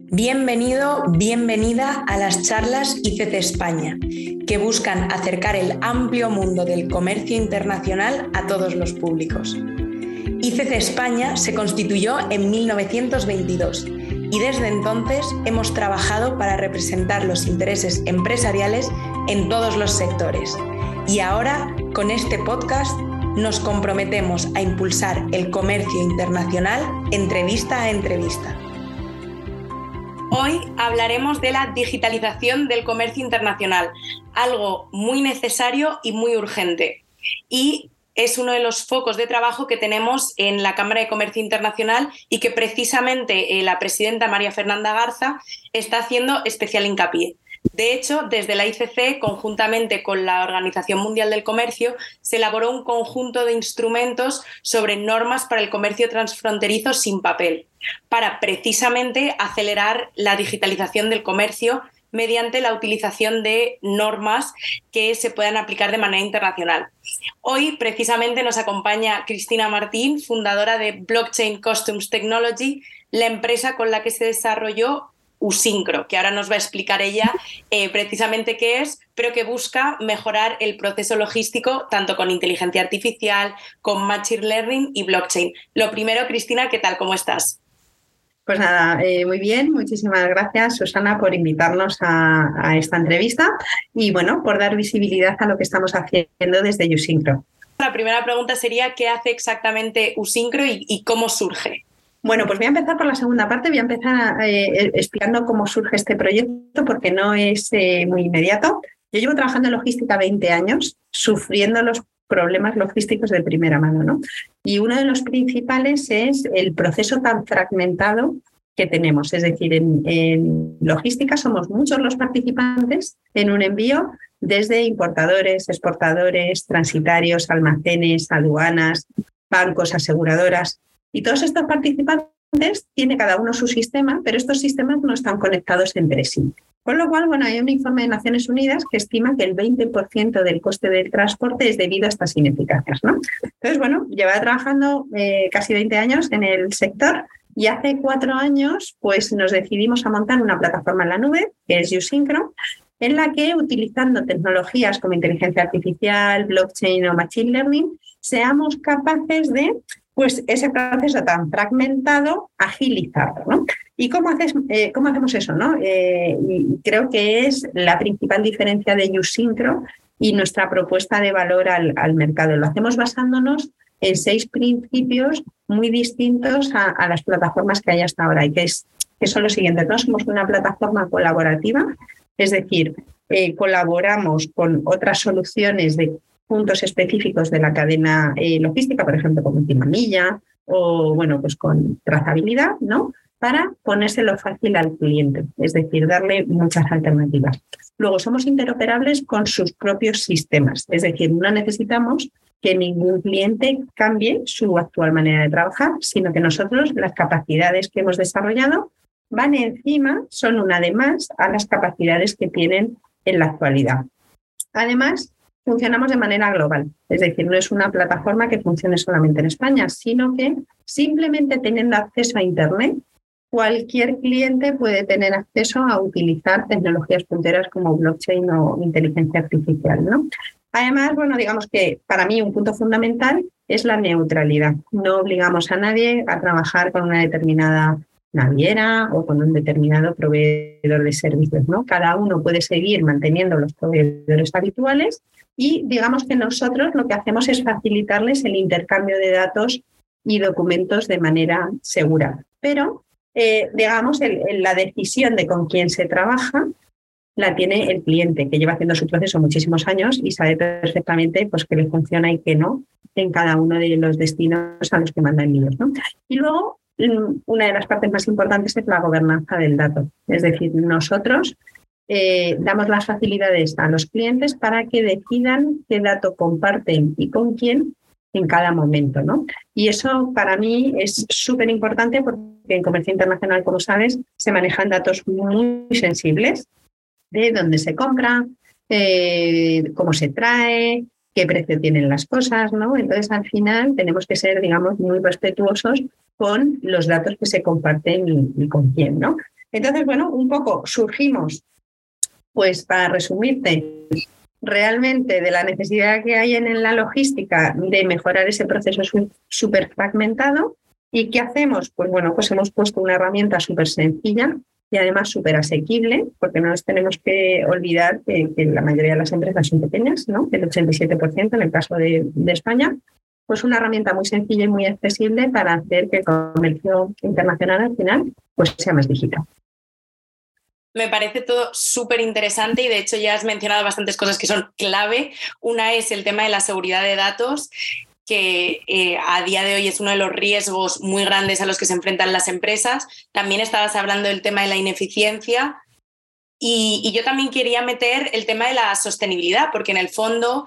Bienvenido, bienvenida a las charlas ICC España, que buscan acercar el amplio mundo del comercio internacional a todos los públicos. ICC España se constituyó en 1922 y desde entonces hemos trabajado para representar los intereses empresariales en todos los sectores. Y ahora, con este podcast, nos comprometemos a impulsar el comercio internacional entrevista a entrevista. Hoy hablaremos de la digitalización del comercio internacional, algo muy necesario y muy urgente. Y es uno de los focos de trabajo que tenemos en la Cámara de Comercio Internacional y que precisamente la presidenta María Fernanda Garza está haciendo especial hincapié. De hecho, desde la ICC, conjuntamente con la Organización Mundial del Comercio, se elaboró un conjunto de instrumentos sobre normas para el comercio transfronterizo sin papel, para precisamente acelerar la digitalización del comercio mediante la utilización de normas que se puedan aplicar de manera internacional. Hoy, precisamente, nos acompaña Cristina Martín, fundadora de Blockchain Customs Technology, la empresa con la que se desarrolló Usincro, que ahora nos va a explicar ella precisamente qué es, pero que busca mejorar el proceso logístico tanto con inteligencia artificial, con machine learning y blockchain. Lo primero, Cristina, ¿qué tal? ¿Cómo estás? Pues nada, muy bien. Muchísimas gracias, Susana, por invitarnos a esta entrevista y, bueno, por dar visibilidad a lo que estamos haciendo desde Usincro. La primera pregunta sería, ¿qué hace exactamente Usincro y cómo surge? Bueno, pues voy a empezar por la segunda parte. Voy a empezar explicando cómo surge este proyecto porque no es muy inmediato. Yo llevo trabajando en logística 20 años, sufriendo los problemas logísticos de primera mano, ¿no? Y uno de los principales es el proceso tan fragmentado que tenemos. Es decir, en logística somos muchos los participantes en un envío, desde importadores, exportadores, transitarios, almacenes, aduanas, bancos, aseguradoras. Y todos estos participantes tiene cada uno su sistema, pero estos sistemas no están conectados entre sí. Con lo cual, bueno, hay un informe de Naciones Unidas que estima que el 20% del coste del transporte es debido a estas ineficacias, ¿no? Entonces, bueno, lleva trabajando casi 20 años en el sector y hace 4 años pues nos decidimos a montar una plataforma en la nube, que es Usincro, en la que, utilizando tecnologías como inteligencia artificial, blockchain o machine learning, seamos capaces de pues ese proceso tan fragmentado, agilizarlo, ¿no? ¿Y cómo hacemos eso, no? Y creo que es la principal diferencia de Usincro y nuestra propuesta de valor al mercado. Lo hacemos basándonos en 6 principios muy distintos a las plataformas que hay hasta ahora, y que son los siguientes, ¿no? Somos una plataforma colaborativa, es decir, colaboramos con otras soluciones de puntos específicos de la cadena logística, por ejemplo, como última milla o, bueno, pues con trazabilidad, ¿no? Para ponérselo fácil al cliente, es decir, darle muchas alternativas. Luego, somos interoperables con sus propios sistemas, es decir, no necesitamos que ningún cliente cambie su actual manera de trabajar, sino que nosotros, las capacidades que hemos desarrollado, van encima, son un además a las capacidades que tienen en la actualidad. Además, funcionamos de manera global, es decir, no es una plataforma que funcione solamente en España, sino que simplemente teniendo acceso a Internet, cualquier cliente puede tener acceso a utilizar tecnologías punteras como blockchain o inteligencia artificial, ¿no? Además, bueno, digamos que para mí un punto fundamental es la neutralidad. No obligamos a nadie a trabajar con una determinada naviera o con un determinado proveedor de servicios, ¿no? Cada uno puede seguir manteniendo los proveedores habituales y digamos que nosotros lo que hacemos es facilitarles el intercambio de datos y documentos de manera segura. Pero, digamos, la decisión de con quién se trabaja la tiene el cliente, que lleva haciendo su proceso muchísimos años y sabe perfectamente pues, qué le funciona y qué no en cada uno de los destinos a los que manda envíos, ¿no? Y luego, una de las partes más importantes es la gobernanza del dato. Es decir, nosotros damos las facilidades a los clientes para que decidan qué dato comparten y con quién en cada momento, ¿no? Y eso para mí es súper importante porque en comercio internacional, como sabes, se manejan datos muy sensibles de dónde se compra, cómo se trae, qué precio tienen las cosas, ¿no? Entonces, al final, tenemos que ser, digamos, muy respetuosos con los datos que se comparten y con quién, ¿no? Entonces, bueno, un poco surgimos, pues para resumirte, realmente de la necesidad que hay en la logística de mejorar ese proceso súper fragmentado. ¿Y qué hacemos? Pues bueno, pues hemos puesto una herramienta súper sencilla y además súper asequible, porque no nos tenemos que olvidar que la mayoría de las empresas son pequeñas, ¿no? El 87% en el caso de España. Pues una herramienta muy sencilla y muy accesible para hacer que el comercio internacional al final pues sea más digital. Me parece todo súper interesante y de hecho ya has mencionado bastantes cosas que son clave. Una es el tema de la seguridad de datos, que a día de hoy es uno de los riesgos muy grandes a los que se enfrentan las empresas. También estabas hablando del tema de la ineficiencia y yo también quería meter el tema de la sostenibilidad, porque en el fondo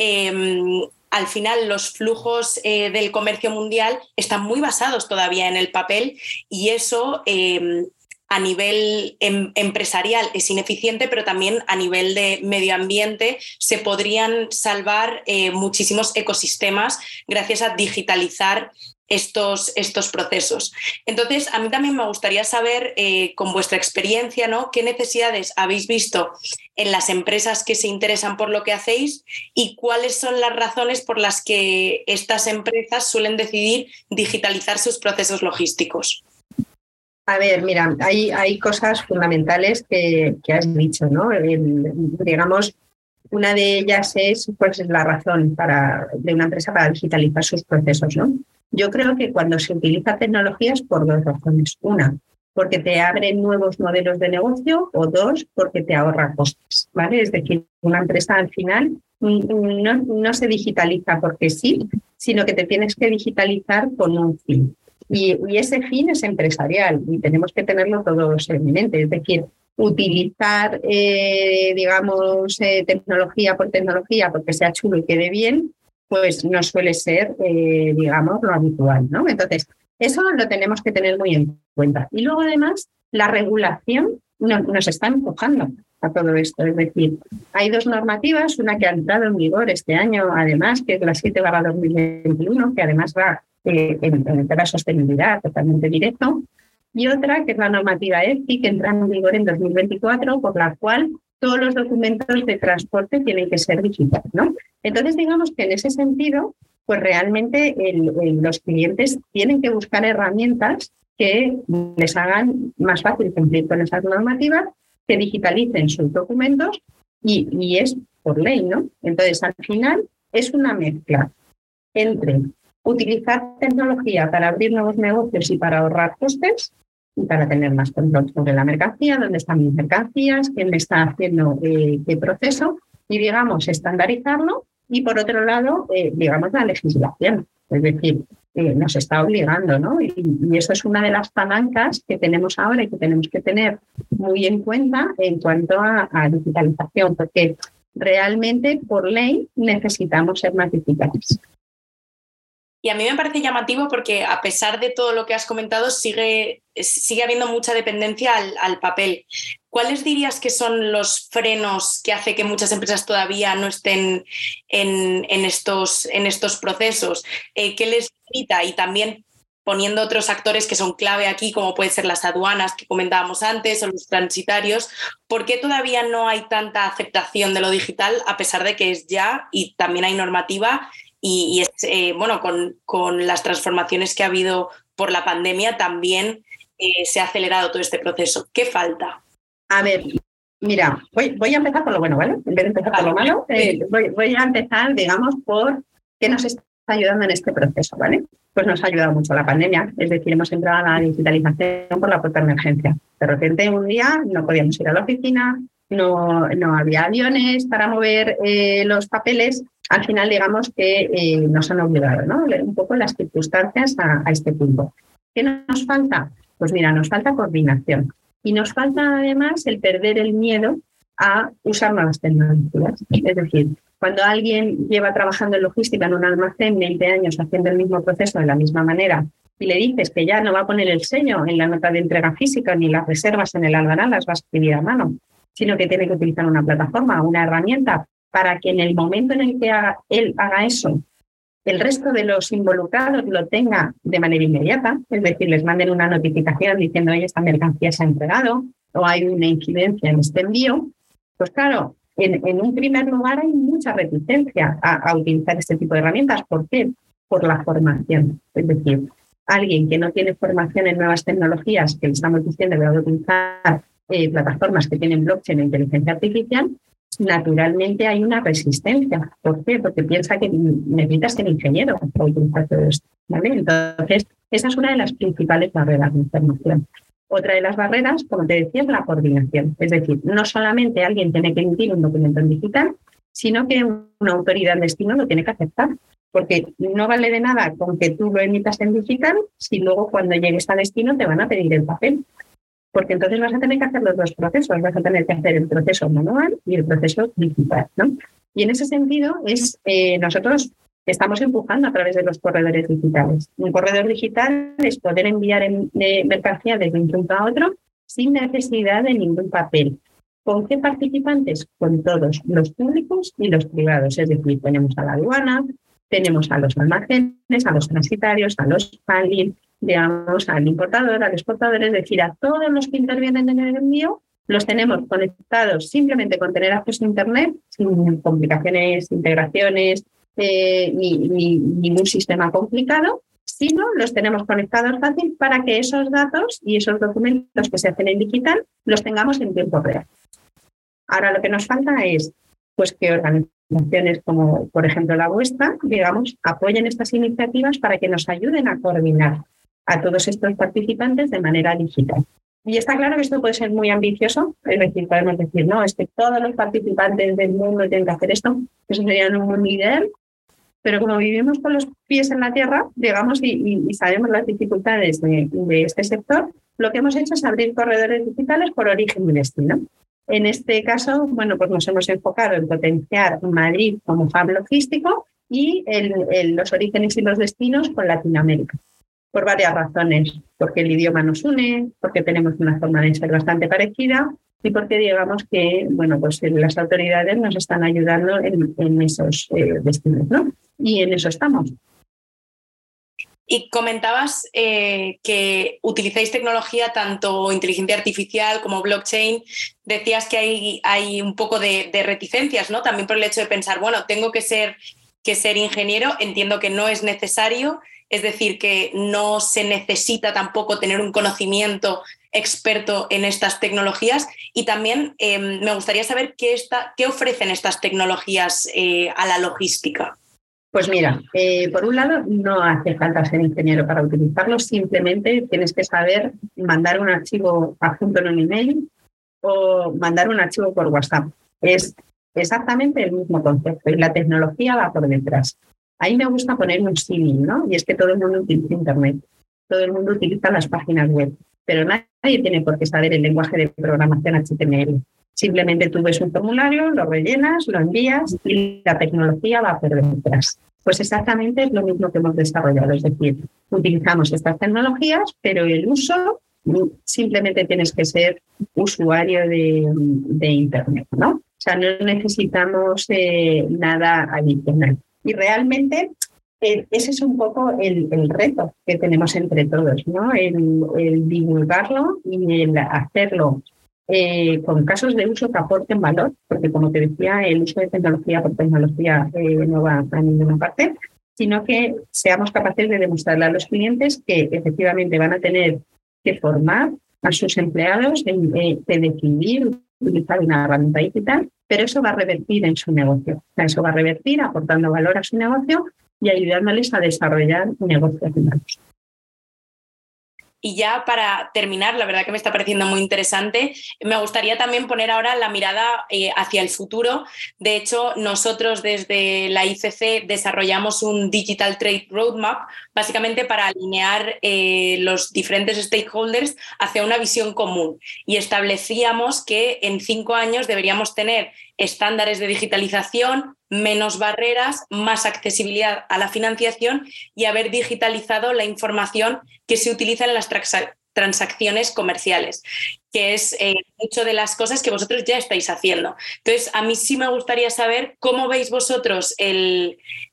al final los flujos del comercio mundial están muy basados todavía en el papel y eso a nivel empresarial es ineficiente, pero también a nivel de medio ambiente se podrían salvar muchísimos ecosistemas gracias a digitalizar estos procesos. Entonces, a mí también me gustaría saber, con vuestra experiencia, ¿no?, qué necesidades habéis visto en las empresas que se interesan por lo que hacéis y cuáles son las razones por las que estas empresas suelen decidir digitalizar sus procesos logísticos. A ver, mira, hay cosas fundamentales que has dicho, ¿no? Digamos, una de ellas es pues, la razón de una empresa para digitalizar sus procesos, ¿no? Yo creo que cuando se utiliza tecnología es por dos razones. Una, porque te abre nuevos modelos de negocio, o dos, porque te ahorra costes, ¿vale? Es decir, una empresa al final no se digitaliza porque sí, sino que te tienes que digitalizar con un fin. Y ese fin es empresarial y tenemos que tenerlo todos en mente. Es decir, utilizar, tecnología por tecnología porque sea chulo y quede bien, pues no suele ser, lo habitual, ¿no? Entonces, eso lo tenemos que tener muy en cuenta. Y luego, además, la regulación nos está empujando a todo esto. Es decir, hay dos normativas, una que ha entrado en vigor este año, además, que es la 7/2021, que además va en la sostenibilidad totalmente directo, y otra que es la normativa EFI, que entra en vigor en 2024, por la cual todos los documentos de transporte tienen que ser digitales, ¿no? Entonces, digamos que en ese sentido, pues realmente los clientes tienen que buscar herramientas que les hagan más fácil cumplir con esas normativas, que digitalicen sus documentos y es por ley, ¿no? Entonces, al final es una mezcla entre utilizar tecnología para abrir nuevos negocios y para ahorrar costes y para tener más control sobre la mercancía, dónde están mis mercancías, quién me está haciendo qué proceso y, digamos, estandarizarlo. Y, por otro lado, la legislación. Es decir, nos está obligando, ¿no? Y eso es una de las palancas que tenemos ahora y que tenemos que tener muy en cuenta en cuanto a digitalización, porque realmente, por ley, necesitamos ser más digitales. Y a mí me parece llamativo porque, a pesar de todo lo que has comentado, sigue habiendo mucha dependencia al papel. ¿Cuáles dirías que son los frenos que hace que muchas empresas todavía no estén en estos procesos? ¿Qué les limita? Y también poniendo otros actores que son clave aquí, como pueden ser las aduanas que comentábamos antes o los transitarios, ¿por qué todavía no hay tanta aceptación de lo digital, a pesar de que es ya y también hay normativa? Y con las transformaciones que ha habido por la pandemia también se ha acelerado todo este proceso. ¿Qué falta? A ver, mira, voy a empezar por lo bueno, ¿vale? En vez de empezar por lo malo, voy a empezar, digamos, por qué nos está ayudando en este proceso, ¿vale? Pues nos ha ayudado mucho la pandemia, es decir, hemos entrado a la digitalización por la puerta de emergencia. De repente, un día no podíamos ir a la oficina, no había aviones para mover los papeles. Al final, digamos que nos han obligado, ¿no? Un poco las circunstancias a este punto. ¿Qué nos falta? Pues mira, nos falta coordinación y nos falta además el perder el miedo a usar nuevas tecnologías. Es decir, cuando alguien lleva trabajando en logística en un almacén 20 años haciendo el mismo proceso de la misma manera y le dices que ya no va a poner el sello en la nota de entrega física ni las reservas en el albarán las va a escribir a mano, sino que tiene que utilizar una plataforma, una herramienta, para que en el momento en el que él haga eso el resto de los involucrados lo tenga de manera inmediata, es decir, les manden una notificación diciendo, oye, esta mercancía se ha entregado o hay una incidencia en este envío, pues claro, en un primer lugar hay mucha reticencia a utilizar este tipo de herramientas. ¿Por qué? Por la formación. Es decir, alguien que no tiene formación en nuevas tecnologías, que le estamos diciendo que va a utilizar plataformas que tienen blockchain e inteligencia artificial, naturalmente hay una resistencia. ¿Por qué? Porque piensa que necesitas ser ingeniero para utilizar todo esto, ¿vale? Entonces, esa es una de las principales barreras de información. Otra de las barreras, como te decía, es la coordinación. Es decir, no solamente alguien tiene que emitir un documento en digital, sino que una autoridad en destino lo tiene que aceptar. Porque no vale de nada con que tú lo emitas en digital si luego cuando llegues a destino te van a pedir el papel. Porque entonces vas a tener que hacer los dos procesos. Vas a tener que hacer el proceso manual y el proceso digital, ¿no? Y en ese sentido, nosotros estamos empujando a través de los corredores digitales. Un corredor digital es poder enviar mercancía desde un punto a otro sin necesidad de ningún papel. ¿Con qué participantes? Con todos, los públicos y los privados. Es decir, tenemos a la aduana, tenemos a los almacenes, a los transitarios, a los handling, digamos, al importador, al exportador, es decir, a todos los que intervienen en el envío, los tenemos conectados simplemente con tener acceso a Internet, sin complicaciones, integraciones, ni ningún sistema complicado, sino los tenemos conectados fácil para que esos datos y esos documentos que se hacen en digital los tengamos en tiempo real. Ahora lo que nos falta es pues que organizaciones como, por ejemplo, la vuestra, digamos, apoyen estas iniciativas para que nos ayuden a coordinar a todos estos participantes de manera digital. Y está claro que esto puede ser muy ambicioso, es decir, podemos decir, no, es que todos los participantes del mundo tienen que hacer esto, eso sería un mundo ideal, pero como vivimos con los pies en la tierra, digamos, y sabemos las dificultades de este sector, lo que hemos hecho es abrir corredores digitales por origen y destino. En este caso, bueno, pues nos hemos enfocado en potenciar Madrid como hub logístico y los orígenes y los destinos con Latinoamérica. Por varias razones, porque el idioma nos une, porque tenemos una forma de ser bastante parecida y porque digamos que, bueno, pues las autoridades nos están ayudando en esos destinos, ¿no? Y en eso estamos. Y comentabas que utilizáis tecnología, tanto inteligencia artificial como blockchain. Decías que hay un poco de reticencias, ¿no? También por el hecho de pensar, bueno, tengo que ser ingeniero, entiendo que no es necesario, es decir, que no se necesita tampoco tener un conocimiento experto en estas tecnologías. Y también me gustaría saber qué ofrecen estas tecnologías a la logística. Pues mira, por un lado no hace falta ser ingeniero para utilizarlo, simplemente tienes que saber mandar un archivo adjunto en un email o mandar un archivo por WhatsApp. Es exactamente el mismo concepto y la tecnología va por detrás. Ahí me gusta poner un símil, ¿no? Y es que todo el mundo utiliza Internet, todo el mundo utiliza las páginas web, pero nadie tiene por qué saber el lenguaje de programación HTML. Simplemente tú ves un formulario, lo rellenas, lo envías y la tecnología va por detrás. Pues exactamente es lo mismo que hemos desarrollado. Es decir, utilizamos estas tecnologías, pero el uso simplemente tienes que ser usuario de Internet, ¿no? O sea, no necesitamos nada adicional. Y realmente ese es un poco el reto que tenemos entre todos, ¿no? El divulgarlo y el hacerlo con casos de uso que aporten valor, porque como te decía, el uso de tecnología por tecnología no va a ninguna parte, sino que seamos capaces de demostrarle a los clientes que efectivamente van a tener que formar a sus empleados de decidir utilizar una herramienta digital, pero eso va a revertir en su negocio. O sea, eso va a revertir aportando valor a su negocio y ayudándoles a desarrollar negocios nuevos. Y ya para terminar, la verdad que me está pareciendo muy interesante, me gustaría también poner ahora la mirada hacia el futuro. De hecho, nosotros desde la ICC desarrollamos un Digital Trade Roadmap, básicamente para alinear los diferentes stakeholders hacia una visión común. Y establecíamos que en 5 años deberíamos tener estándares de digitalización, menos barreras, más accesibilidad a la financiación y haber digitalizado la información que se utiliza en las transacciones comerciales, que es mucho de las cosas que vosotros ya estáis haciendo. Entonces, a mí sí me gustaría saber cómo veis vosotros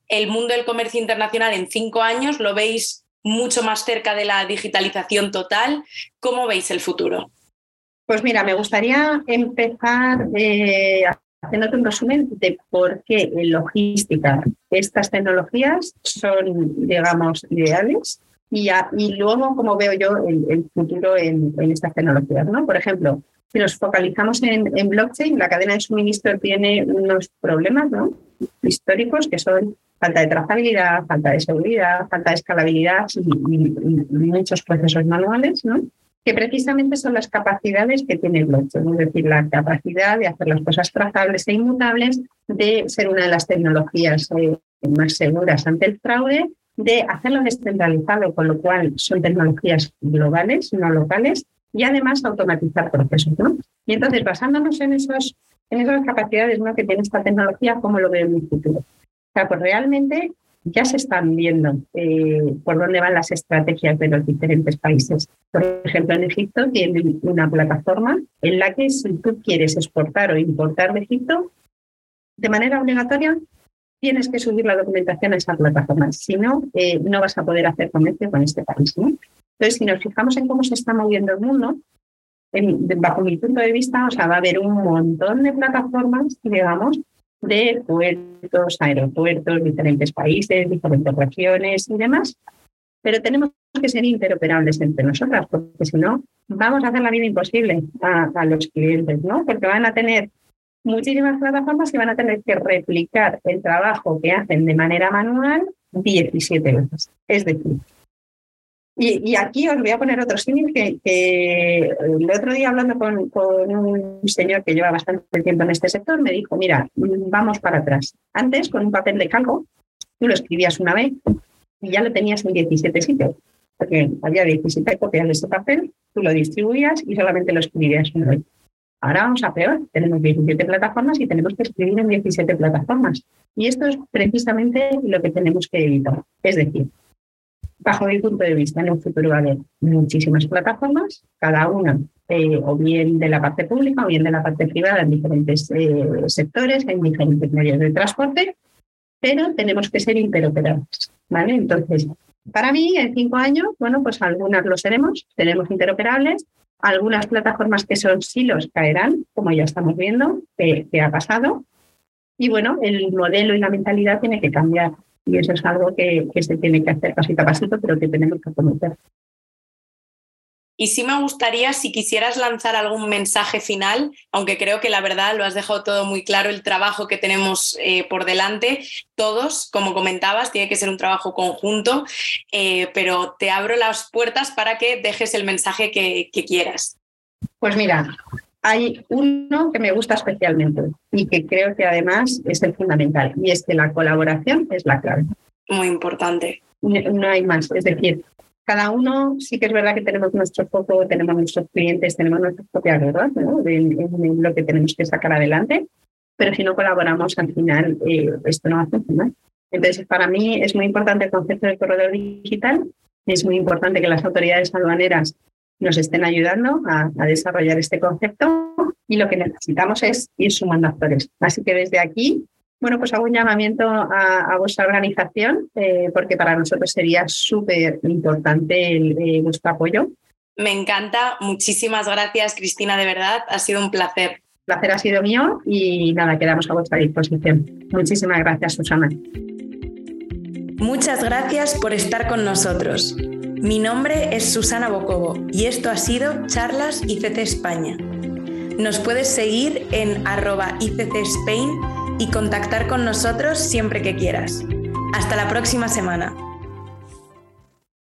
el mundo del comercio internacional en 5 años lo veis mucho más cerca de la digitalización total. ¿Cómo veis el futuro? Pues mira, me gustaría empezar haciéndote un resumen de por qué en logística estas tecnologías son, digamos, ideales y luego cómo veo yo el futuro en estas tecnologías, ¿no? Por ejemplo, si nos focalizamos en blockchain, la cadena de suministro tiene unos problemas, ¿no?, históricos, que son falta de trazabilidad, falta de seguridad, falta de escalabilidad y muchos procesos manuales, ¿no?, que precisamente son las capacidades que tiene el blockchain, es decir, la capacidad de hacer las cosas trazables e inmutables, de ser una de las tecnologías más seguras ante el fraude, de hacerlo descentralizado, con lo cual son tecnologías globales, no locales, y además automatizar procesos, ¿no? Y entonces, basándonos en esas capacidades, ¿no?, que tiene esta tecnología, ¿cómo lo veo en el futuro? O sea, pues realmente ya se están viendo por dónde van las estrategias de los diferentes países. Por ejemplo, en Egipto tienen una plataforma en la que si tú quieres exportar o importar de Egipto, de manera obligatoria tienes que subir la documentación a esa plataforma. Si no, no vas a poder hacer comercio con este país, ¿no? Entonces, si nos fijamos en cómo se está moviendo el mundo, bajo mi punto de vista, o sea, va a haber un montón de plataformas, digamos, de puertos, aeropuertos, diferentes países, diferentes regiones y demás, pero tenemos que ser interoperables entre nosotras, porque si no, vamos a hacer la vida imposible a los clientes, ¿no? Porque van a tener muchísimas plataformas y van a tener que replicar el trabajo que hacen de manera manual 17 veces. Es decir, y aquí os voy a poner otro símil que el otro día, hablando con un señor que lleva bastante tiempo en este sector, me dijo, mira, vamos para atrás. Antes, con un papel de calco, tú lo escribías una vez y ya lo tenías en 17 sitios, porque había 17 copias de ese papel, tú lo distribuías y solamente lo escribías una vez. Ahora vamos a peor, tenemos 17 plataformas y tenemos que escribir en 17 plataformas. Y esto es precisamente lo que tenemos que evitar. Es decir, bajo mi punto de vista, en un futuro va a haber muchísimas plataformas, cada una o bien de la parte pública o bien de la parte privada en diferentes sectores, en diferentes medios de transporte, pero tenemos que ser interoperables, ¿vale? Entonces, para mí, en 5 años, bueno, pues algunas lo seremos interoperables, algunas plataformas que son silos caerán, como ya estamos viendo, que ha pasado, y bueno, el modelo y la mentalidad tiene que cambiar. Y eso es algo que se tiene que hacer pasito a pasito, pero que tenemos que conocer. Y sí me gustaría, si quisieras lanzar algún mensaje final, aunque creo que la verdad lo has dejado todo muy claro, el trabajo que tenemos por delante, todos, como comentabas, tiene que ser un trabajo conjunto, pero te abro las puertas para que dejes el mensaje que quieras. Pues mira, hay uno que me gusta especialmente y que creo que además es el fundamental, y es que la colaboración es la clave. Muy importante. No hay más, es decir, cada uno, sí que es verdad que tenemos nuestro foco, tenemos nuestros clientes, tenemos nuestras propias guerras, ¿no?, en lo que tenemos que sacar adelante, pero si no colaboramos al final esto no va a funcionar. Entonces, para mí es muy importante el concepto del corredor digital, es muy importante que las autoridades aduaneras nos estén ayudando a desarrollar este concepto, y lo que necesitamos es ir sumando actores. Así que desde aquí, bueno, pues hago un llamamiento a vuestra organización, porque para nosotros sería súper importante vuestro apoyo. Me encanta. Muchísimas gracias, Cristina, de verdad. Ha sido un placer. El placer ha sido mío y nada, quedamos a vuestra disposición. Muchísimas gracias, Susana. Muchas gracias por estar con nosotros. Mi nombre es Susana Bocobo y esto ha sido Charlas ICC España. Nos puedes seguir en @ICCSpain y contactar con nosotros siempre que quieras. Hasta la próxima semana.